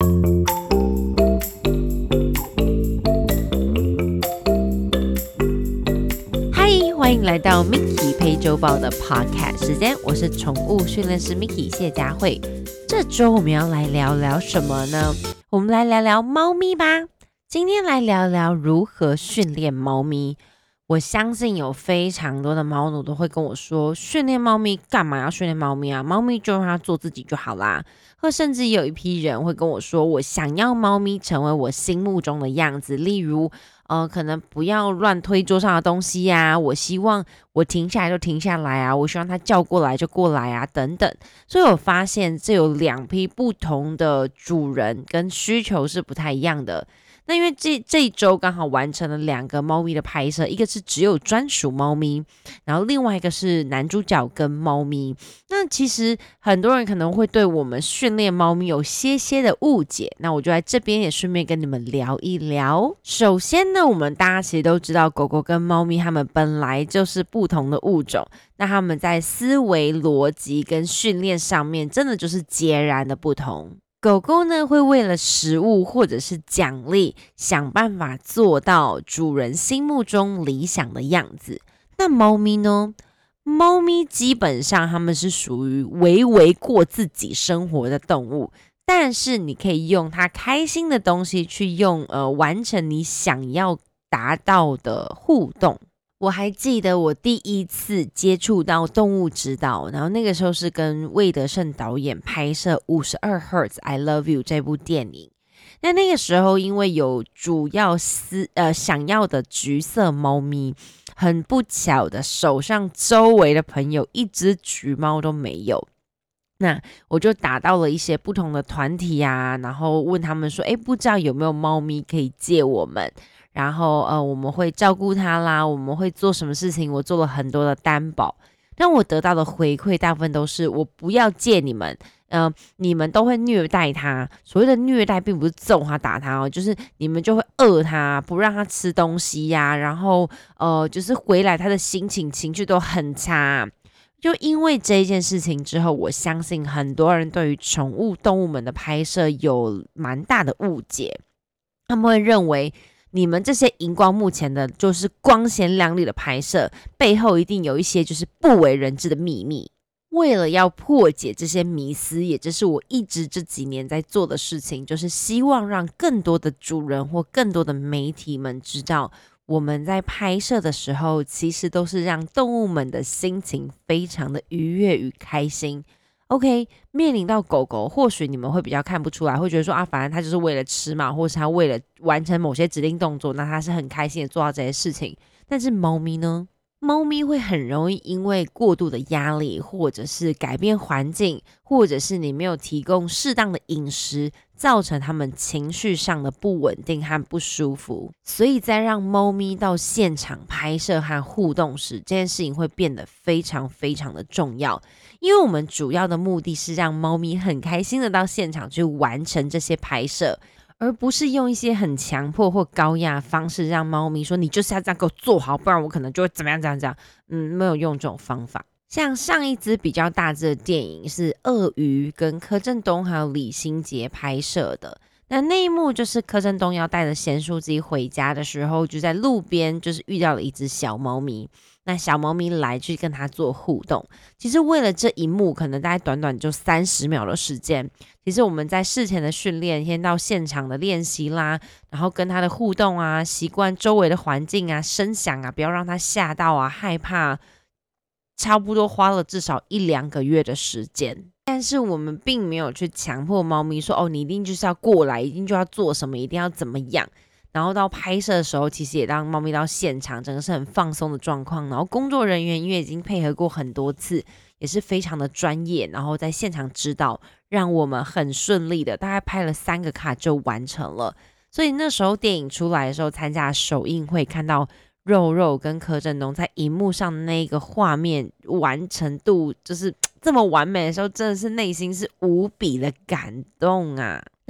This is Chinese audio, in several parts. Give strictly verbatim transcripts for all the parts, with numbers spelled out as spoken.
欢迎来到 Mickey 陪周报的 Podcast 时间，我是宠物训练师 Mickey 谢佳慧。这周我们要来聊聊什么呢？我们来聊聊猫咪吧。今天来聊聊如何训练猫咪。我相信有非常多的猫奴都会跟我说，训练猫咪干嘛要训练猫咪啊？猫咪就让它做自己就好啦。或甚至有一批人会跟我说，我想要猫咪成为我心目中的样子，例如呃，可能不要乱推桌上的东西呀、啊，我希望我停下来就停下来啊，我希望它叫过来就过来啊，等等。所以我发现这有两批不同的主人跟需求是不太一样的。那因为这这一周刚好完成了两个猫咪的拍摄，一个是只有专属猫咪，然后另外一个是男主角跟猫咪。那其实很多人可能会对我们训练猫咪有些些的误解，那我就在这边也顺便跟你们聊一聊。首先呢，我们大家其实都知道，狗狗跟猫咪它们本来就是不同的物种，那它们在思维逻辑跟训练上面真的就是截然的不同。狗狗呢会为了食物或者是奖励，想办法做到主人心目中理想的样子。那猫咪呢？猫咪基本上它们是属于微微过自己生活的动物，但是你可以用它开心的东西去用呃完成你想要达到的互动。我还记得我第一次接触到动物指导，然后那个时候是跟魏德胜导演拍摄五十二赫兹 I Love You 这部电影。那那个时候因为有主要思呃想要的橘色猫咪，很不巧的手上周围的朋友一只橘猫都没有。那我就打到了一些不同的团体啊，然后问他们说，诶，不知道有没有猫咪可以借我们，然后呃我们会照顾它啦，我们会做什么事情，我做了很多的担保。但我得到的回馈大部分都是我不要借你们，呃，你们都会虐待它。所谓的虐待并不是揍它打它哦，就是你们就会饿它，不让它吃东西呀、啊，然后呃就是回来它的心情情绪都很差。就因为这件事情之后，我相信很多人对于宠物动物们的拍摄有蛮大的误解，他们会认为你们这些荧光幕前的就是光鲜亮丽的拍摄，背后一定有一些就是不为人知的秘密。为了要破解这些迷思，也就是我一直这几年在做的事情，就是希望让更多的主人或更多的媒体们知道，我们在拍摄的时候，其实都是让动物们的心情非常的愉悦与开心。OK， 面临到狗狗，或许你们会比较看不出来，会觉得说啊，反正它就是为了吃嘛，或是它为了完成某些指定动作，那它是很开心的做到这些事情。但是猫咪呢？猫咪会很容易因为过度的压力，或者是改变环境，或者是你没有提供适当的饮食，造成它们情绪上的不稳定和不舒服。所以在让猫咪到现场拍摄和互动时，这件事情会变得非常非常的重要。因为我们主要的目的是让猫咪很开心的到现场去完成这些拍摄，而不是用一些很强迫或高压的方式让猫咪说你就是要这样给我做好，不然我可能就会怎么样怎么样怎么样。嗯，没有用这种方法。像上一支比较大支的电影是鳄鱼跟柯震东还有李心洁拍摄的，那那一幕就是柯震东要带着咸酥鸡回家的时候，就在路边就是遇到了一只小猫咪，那小猫咪来去跟他做互动。其实为了这一幕可能大概短短就三十秒的时间，其实我们在事前的训练，先到现场的练习啦，然后跟他的互动啊，习惯周围的环境啊，声响啊，不要让他吓到啊害怕，差不多花了至少一两个月的时间。但是我们并没有去强迫猫咪说，哦，你一定就是要过来，一定就要做什么，一定要怎么样。然后到拍摄的时候，其实也让猫咪到现场，整个是很放松的状况。然后工作人员因为已经配合过很多次，也是非常的专业，然后在现场指导，让我们很顺利的，大概拍了三个卡就完成了。所以那时候电影出来的时候，参加首映会看到肉肉跟柯震东在荧幕上的那个画面完成度就是这么完美的时候，真的是内心是无比的感动啊。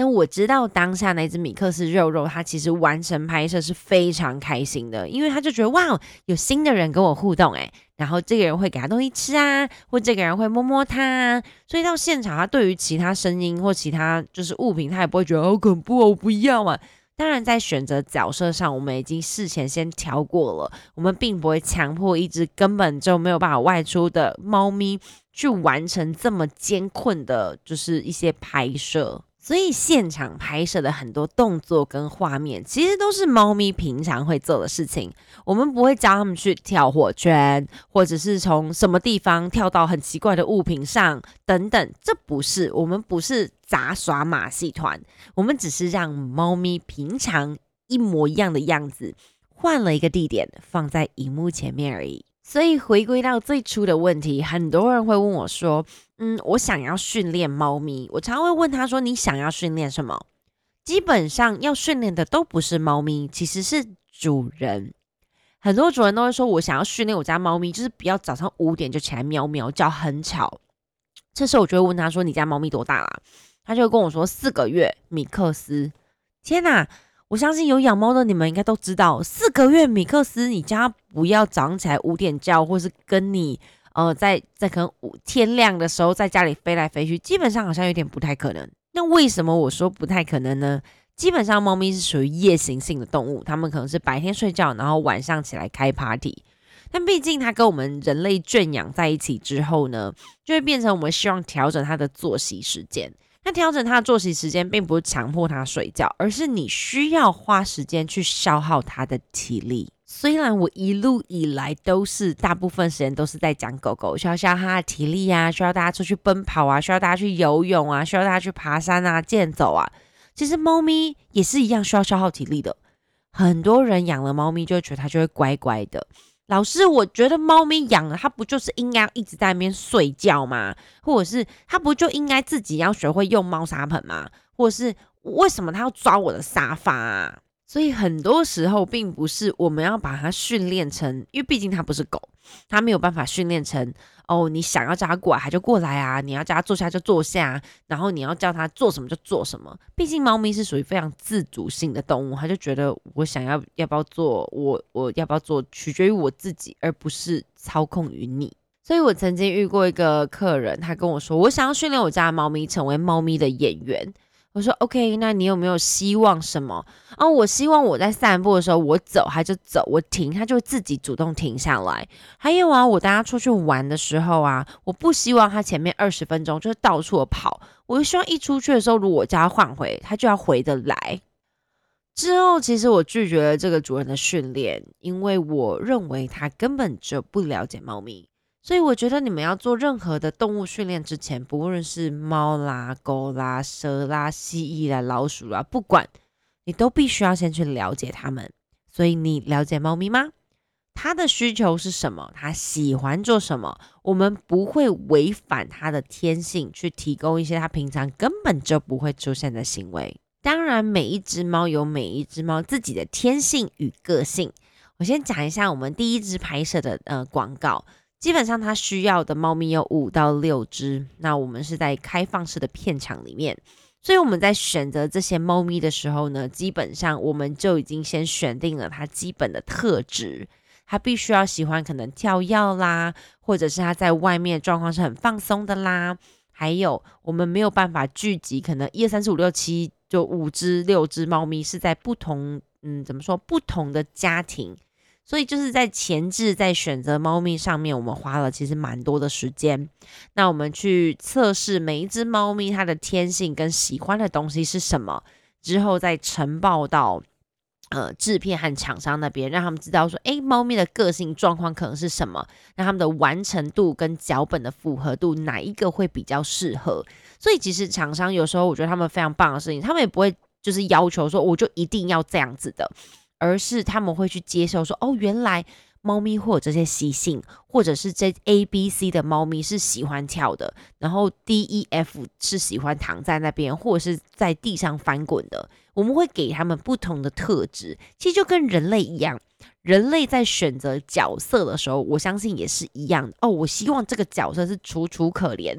那我知道当下那只米克斯肉肉，它其实完成拍摄是非常开心的，因为他就觉得哇，有新的人跟我互动哎，然后这个人会给他东西吃啊，或这个人会摸摸他啊，所以到现场他对于其他声音或其他就是物品，他也不会觉得好恐怖哦，我不要啊。当然在选择角色上，我们已经事前先挑过了，我们并不会强迫一只根本就没有办法外出的猫咪去完成这么艰困的就是一些拍摄。所以现场拍摄的很多动作跟画面，其实都是猫咪平常会做的事情。我们不会教他们去跳火圈，或者是从什么地方跳到很奇怪的物品上等等，这不是，我们不是杂耍马戏团，我们只是让猫咪平常一模一样的样子，换了一个地点放在荧幕前面而已。所以回归到最初的问题，很多人会问我说嗯，我想要训练猫咪，我常会问他说你想要训练什么？基本上要训练的都不是猫咪，其实是主人。很多主人都会说我想要训练我家猫咪，就是不要早上五点就起来喵喵叫很吵。这时候我就会问他说你家猫咪多大啦？他就会跟我说四个月，米克斯。天哪，我相信有养猫的你们应该都知道，四个月米克斯，你家不要早上起来五点叫，或是跟你呃在在可能天亮的时候在家里飞来飞去，基本上好像有点不太可能。那为什么我说不太可能呢？基本上猫咪是属于夜行性的动物，它们可能是白天睡觉，然后晚上起来开 party。但毕竟它跟我们人类圈养在一起之后呢，就会变成我们希望调整它的作息时间。那调整它的作息时间，并不是强迫它睡觉，而是你需要花时间去消耗它的体力。虽然我一路以来都是大部分时间都是在讲狗狗需要消耗它的体力啊，需要大家出去奔跑啊，需要大家去游泳啊，需要大家去爬山啊、健走啊，其实猫咪也是一样需要消耗体力的。很多人养了猫咪就会觉得它就会乖乖的。老师，我觉得猫咪养了它不就是应该一直在那边睡觉吗？或者是它不就应该自己要学会用猫砂盆吗？或者是为什么它要抓我的沙发啊？所以很多时候并不是我们要把它训练成，因为毕竟它不是狗，它没有办法训练成哦，你想要叫它过来它就过来啊，你要叫它坐下就坐下，然后你要叫它做什么就做什么。毕竟猫咪是属于非常自主性的动物，它就觉得我想要要不要做，我我要不要做取决于我自己，而不是操控于你。所以我曾经遇过一个客人，他跟我说，我想要训练我家的猫咪成为猫咪的演员。我说 OK， 那你有没有希望什么？哦，我希望我在散步的时候，我走它就走，我停它就会自己主动停下来。还有啊，我带它出去玩的时候啊，我不希望它前面二十分钟就是到处的跑，我就希望一出去的时候，如果我叫它换回，它就要回得来。之后其实我拒绝了这个主人的训练，因为我认为他根本就不了解猫咪。所以我觉得你们要做任何的动物训练之前，不论是猫啦、狗啦、蛇啦、蜥蜴啦、老鼠啦，不管你都必须要先去了解它们。所以你了解猫咪吗？它的需求是什么？它喜欢做什么？我们不会违反它的天性去提供一些它平常根本就不会出现的行为。当然，每一只猫有每一只猫自己的天性与个性。我先讲一下我们第一支拍摄的呃广告。基本上它需要的猫咪有五到六只，那我们是在开放式的片场里面，所以我们在选择这些猫咪的时候呢，基本上我们就已经先选定了它基本的特质，它必须要喜欢可能跳跃啦，或者是它在外面状况是很放松的啦，还有我们没有办法聚集可能一二三四五六七就五只六只猫咪是在不同嗯怎么说不同的家庭。所以就是在前置在选择猫咪上面，我们花了其实蛮多的时间。那我们去测试每一只猫咪它的天性跟喜欢的东西是什么，之后再呈报到呃制片和厂商那边，让他们知道说，哎，猫咪的个性状况可能是什么，让他们的完成度跟脚本的符合度哪一个会比较适合。所以其实厂商有时候我觉得他们非常棒的事情，他们也不会就是要求说我就一定要这样子的。而是他们会去接受说，哦，原来猫咪会有这些习性，或者是这 A、B、C 的猫咪是喜欢跳的，然后 D、E、F 是喜欢躺在那边，或者是在地上翻滚的。我们会给他们不同的特质，其实就跟人类一样，人类在选择角色的时候，我相信也是一样的。哦，我希望这个角色是楚楚可怜，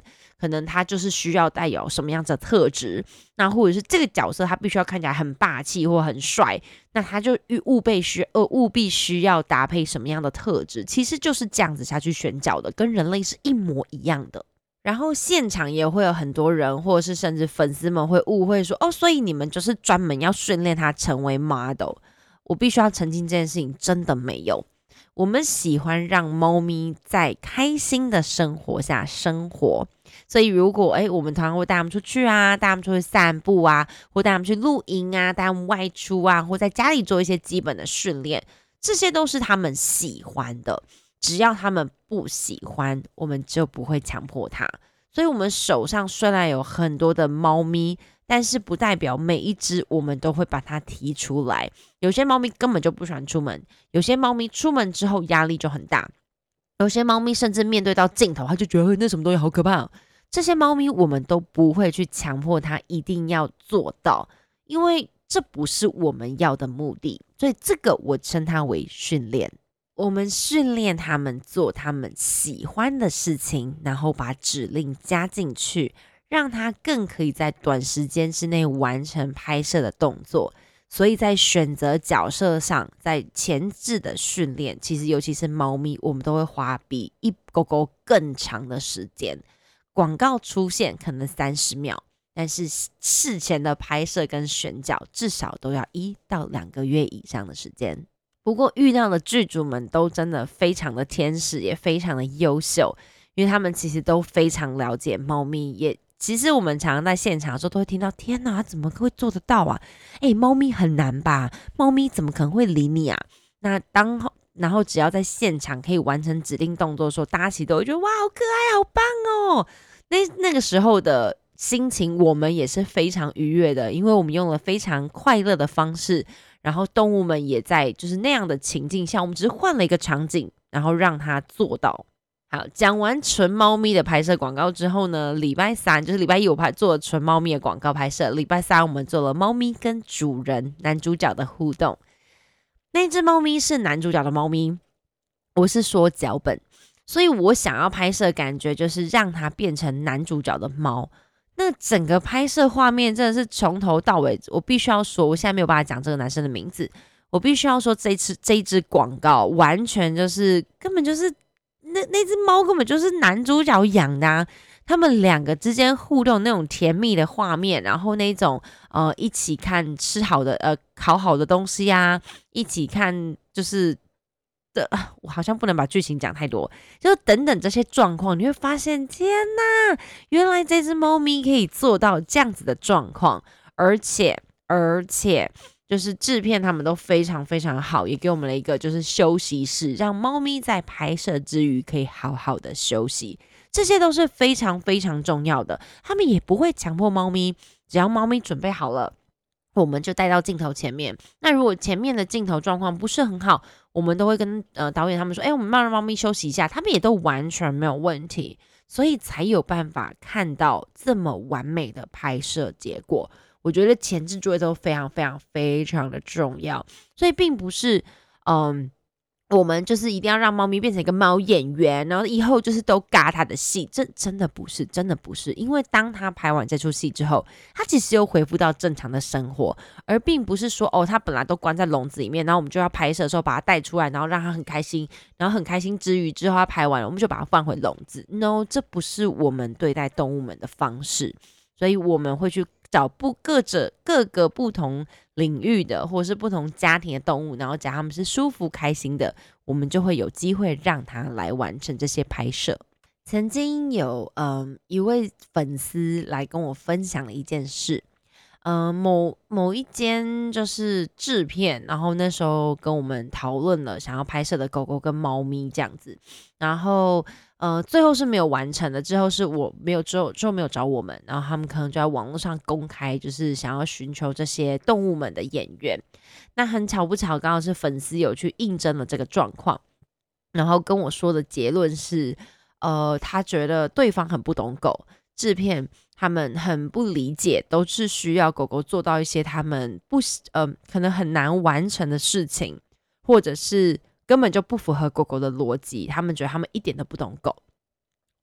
可能他就是需要带有什么样子的特质，那或者是这个角色他必须要看起来很霸气或很帅，那他就务必需呃务必需要搭配什么样的特质，其实就是这样子下去选角的，跟人类是一模一样的。然后现场也会有很多人，或者是甚至粉丝们会误会说，哦，所以你们就是专门要训练他成为 model。我必须要澄清这件事情，真的没有。我们喜欢让猫咪在开心的生活下生活，所以如果哎，我们通常会带他们出去啊，带他们出去散步啊，或带他们去露营啊，带他们外出啊，或在家里做一些基本的训练，这些都是他们喜欢的。只要他们不喜欢，我们就不会强迫他。所以我们手上虽然有很多的猫咪，但是不代表每一只我们都会把它提出来。有些猫咪根本就不喜欢出门，有些猫咪出门之后压力就很大，有些猫咪甚至面对到镜头，它就觉得那什么东西好可怕。这些猫咪我们都不会去强迫它一定要做到，因为这不是我们要的目的。所以这个我称它为训练。我们训练他们做他们喜欢的事情，然后把指令加进去，让他更可以在短时间之内完成拍摄的动作。所以在选择角色上，在前置的训练，其实尤其是猫咪，我们都会花比一狗狗更长的时间。广告出现可能三十秒，但是事前的拍摄跟选角至少都要一到两个月以上的时间。不过遇到的剧组们都真的非常的天使，也非常的优秀，因为他们其实都非常了解猫咪。也其实我们常常在现场的时候都会听到，天哪，怎么会做得到啊？哎，猫咪很难吧？猫咪怎么可能会理你啊？那当然后只要在现场可以完成指令动作的时候，大家其实都会觉得哇，好可爱，好棒哦！那那个时候的心情，我们也是非常愉悦的，因为我们用了非常快乐的方式。然后动物们也在就是那样的情境下，我们只是换了一个场景，然后让它做到。好，讲完纯猫咪的拍摄广告之后呢，礼拜三就是礼拜一我拍做了纯猫咪的广告拍摄，礼拜三我们做了猫咪跟主人男主角的互动。那只猫咪是男主角的猫咪，我是说脚本，所以我想要拍摄感觉就是让它变成男主角的猫。那整个拍摄画面真的是从头到尾，我必须要说，我现在没有办法讲这个男生的名字，我必须要说这一次这一支广告完全就是根本就是那那只猫根本就是男主角养的啊，他们两个之间互动那种甜蜜的画面，然后那种呃一起看吃好的呃烤好的东西啊，一起看就是的，我好像不能把剧情讲太多，就等等这些状况，你会发现，天哪，原来这只猫咪可以做到这样子的状况，而且而且就是制片他们都非常非常好，也给我们了一个就是休息室，让猫咪在拍摄之余可以好好的休息，这些都是非常非常重要的。他们也不会强迫猫咪，只要猫咪准备好了，我们就带到镜头前面。那如果前面的镜头状况不是很好，我们都会跟呃导演他们说，哎、欸，我们让猫咪休息一下，他们也都完全没有问题，所以才有办法看到这么完美的拍摄结果。我觉得前置作业都非常非常非常的重要，所以并不是嗯。我们就是一定要让猫咪变成一个猫演员，然后以后就是都嘎他的戏，这真的不是，真的不是。因为当他拍完这出戏之后，他其实又恢复到正常的生活，而并不是说哦，他本来都关在笼子里面，然后我们就要拍摄的时候把他带出来，然后让他很开心，然后很开心之余之后他拍完了，我们就把他放回笼子。No， 这不是我们对待动物们的方式，所以我们会去找不各者各个不同领域的或是不同家庭的动物，然后只要他们是舒服开心的，我们就会有机会让他来完成这些拍摄。曾经有嗯一位粉丝来跟我分享了一件事，嗯某某一间就是制片，然后那时候跟我们讨论了想要拍摄的狗狗跟猫咪这样子，然后呃，最后是没有完成的，之后是我没有之后之后没有找我们，然后他们可能就在网络上公开，就是想要寻求这些动物们的演员。那很巧不巧，刚好是粉丝有去应征了这个状况，然后跟我说的结论是，呃，他觉得对方很不懂狗，制片他们很不理解，都是需要狗狗做到一些他们不呃可能很难完成的事情，或者是根本就不符合狗狗的逻辑，他们觉得他们一点都不懂狗，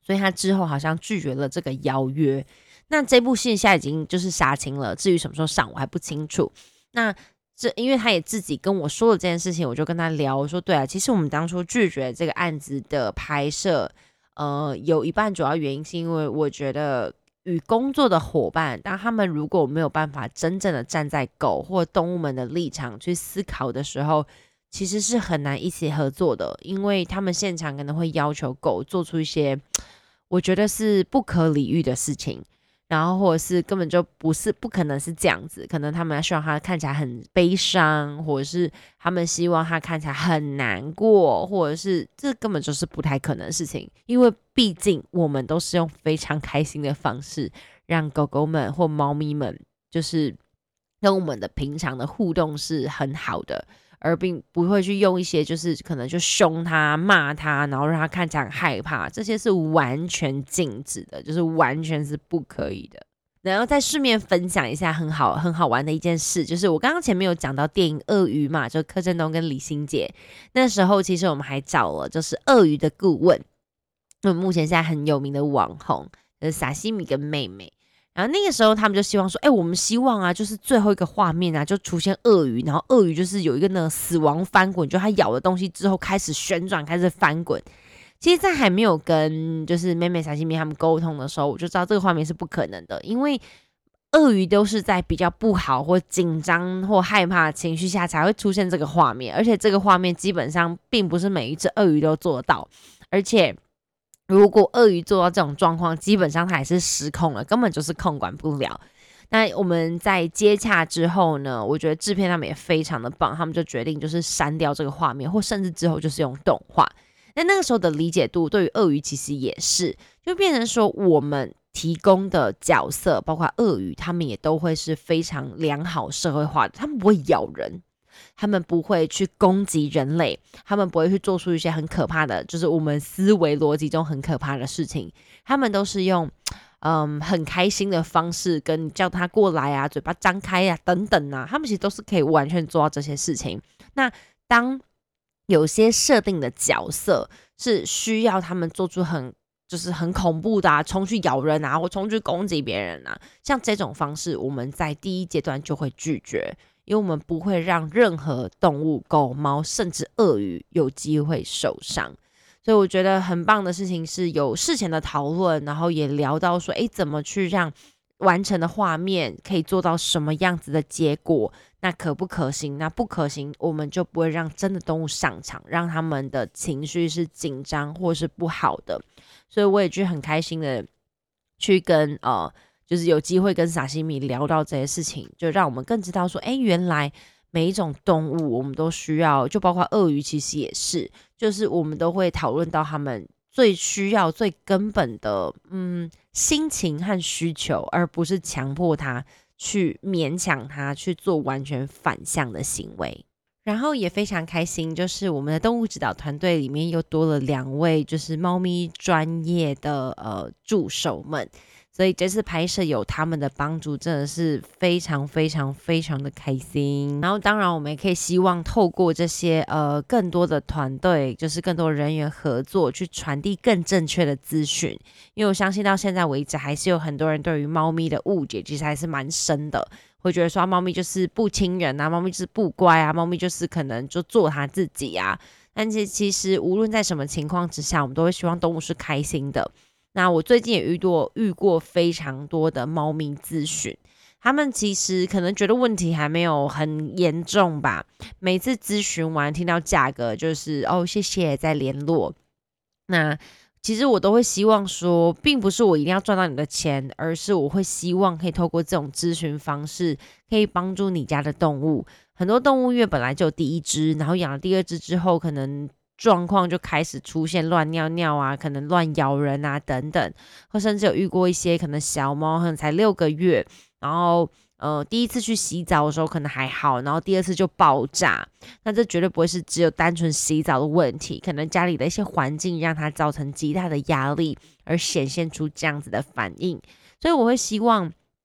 所以他之后好像拒绝了这个邀约。那这部戏现在已经就是杀青了，至于什么时候上我还不清楚。那这因为他也自己跟我说了这件事情，我就跟他聊，我说对啊，其实我们当初拒绝这个案子的拍摄，呃，有一半主要原因是因为我觉得与工作的伙伴，当他们如果没有办法真正的站在狗或动物们的立场去思考的时候，其实是很难一起合作的，因为他们现场可能会要求狗做出一些我觉得是不可理喻的事情，然后或者是根本就不是不可能是这样子，可能他们希望他看起来很悲伤，或者是他们希望他看起来很难过，或者是这根本就是不太可能的事情，因为毕竟我们都是用非常开心的方式让狗狗们或猫咪们就是跟我们的平常的互动是很好的，而并不会去用一些就是可能就凶他骂他，然后让他看起来很害怕，这些是完全禁止的，就是完全是不可以的。然后再顺便分享一下很好很好玩的一件事，就是我刚刚前面有讲到电影鳄鱼嘛，就柯震东跟李心洁，那时候其实我们还找了就是鳄鱼的顾问，嗯，目前现在很有名的网红就是撒西米跟妹妹。然后那个时候他们就希望说，哎、欸，我们希望啊，就是最后一个画面啊，就出现鳄鱼，然后鳄鱼就是有一个那个死亡翻滚，就它咬了东西之后开始旋转，开始翻滚。其实，在还没有跟就是妹妹、撒西米他们沟通的时候，我就知道这个画面是不可能的，因为鳄鱼都是在比较不好或紧张或害怕的情绪下才会出现这个画面，而且这个画面基本上并不是每一只鳄鱼都做得到，而且如果鳄鱼做到这种状况，基本上它也是失控了，根本就是控管不了。那我们在接洽之后呢，我觉得制片他们也非常的棒，他们就决定就是删掉这个画面，或甚至之后就是用动画。那那个时候的理解度对于鳄鱼其实也是，就变成说我们提供的角色，包括鳄鱼，他们也都会是非常良好社会化的，他们不会咬人，他们不会去攻击人类，他们不会去做出一些很可怕的，就是我们思维逻辑中很可怕的事情，他们都是用嗯很开心的方式跟你叫他过来啊，嘴巴张开啊等等啊，他们其实都是可以完全做到这些事情。那当有些设定的角色是需要他们做出很就是很恐怖的啊，冲去咬人啊，或冲去攻击别人啊，像这种方式我们在第一阶段就会拒绝，因为我们不会让任何动物狗猫甚至鳄鱼有机会受伤。所以我觉得很棒的事情是有事前的讨论，然后也聊到说，诶，怎么去让完成的画面可以做到什么样子的结果，那可不可行，那不可行我们就不会让真的动物上场，让他们的情绪是紧张或是不好的。所以我也就很开心的去跟呃，就是有机会跟撒西米聊到这些事情，就让我们更知道说，哎，原来每一种动物我们都需要，就包括鳄鱼其实也是，就是我们都会讨论到他们最需要最根本的嗯心情和需求，而不是强迫他去勉强他去做完全反向的行为。然后也非常开心，就是我们的动物指导团队里面又多了两位就是猫咪专业的呃助手们，所以这次拍摄有他们的帮助，真的是非常非常非常的开心。然后当然我们也可以希望透过这些呃更多的团队，就是更多人员合作，去传递更正确的资讯。因为我相信到现在为止，还是有很多人对于猫咪的误解其实还是蛮深的，会觉得说、啊、猫咪就是不亲人啊，猫咪就是不乖啊，猫咪就是可能就做它自己啊。但是其实无论在什么情况之下，我们都会希望动物是开心的。那我最近也遇过遇过非常多的猫咪咨询，他们其实可能觉得问题还没有很严重吧，每次咨询完听到价格就是哦谢谢再联络。那其实我都会希望说，并不是我一定要赚到你的钱，而是我会希望可以透过这种咨询方式，可以帮助你家的动物。很多动物园本来就有第一只，然后养了第二只之后，可能状况就开始出现乱尿尿啊，可能乱咬人啊等等，或甚至有遇过一些可能小猫可能才六个月，然后呃第一次去洗澡的时候可能还好，然后第二次就爆炸。那这绝对不会是只有单纯洗澡的问题，可能家里的一些环境让它造成极大的压力，而显现出这样子的反应。所以我会希望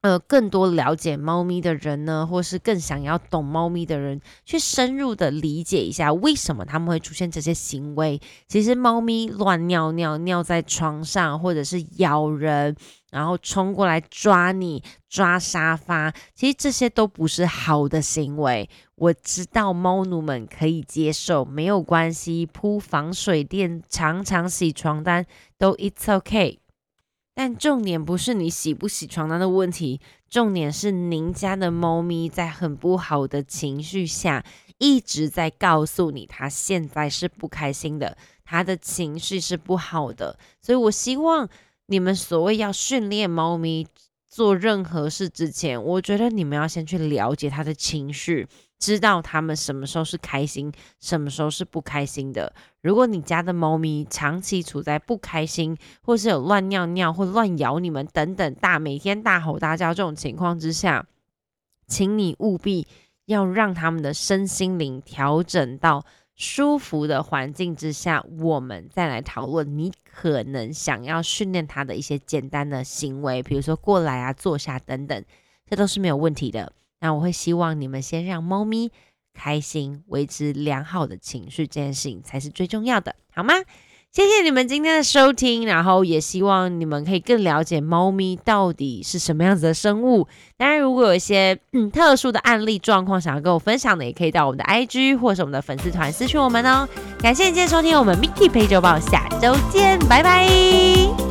呃，更多了解猫咪的人呢，或是更想要懂猫咪的人，去深入的理解一下为什么他们会出现这些行为。其实猫咪乱尿尿，尿在床上，或者是咬人，然后冲过来抓你，抓沙发，其实这些都不是好的行为。我知道猫奴们可以接受，没有关系，铺防水垫，常常洗床单都 it's okay。但重点不是你洗不洗床单的问题，重点是您家的猫咪在很不好的情绪下，一直在告诉你它现在是不开心的，它的情绪是不好的。所以我希望你们所谓要训练猫咪做任何事之前，我觉得你们要先去了解它的情绪，知道它们什么时候是开心，什么时候是不开心的。如果你家的猫咪长期处在不开心，或是有乱尿尿或乱咬你们等等大每天大吼大叫这种情况之下，请你务必要让他们的身心灵调整到舒服的环境之下，我们再来讨论你可能想要训练它的一些简单的行为，比如说过来啊、坐下等等，这都是没有问题的。那我会希望你们先让猫咪开心，维持良好的情绪，这件事情才是最重要的，好吗？谢谢你们今天的收听，然后也希望你们可以更了解猫咪到底是什么样子的生物。当然，如果有一些、嗯、特殊的案例状况想要跟我分享的，也可以到我们的 I G 或是我们的粉丝团私讯我们哦。感谢你今天收听我们 Mickey 陪酒保，下周见，拜拜。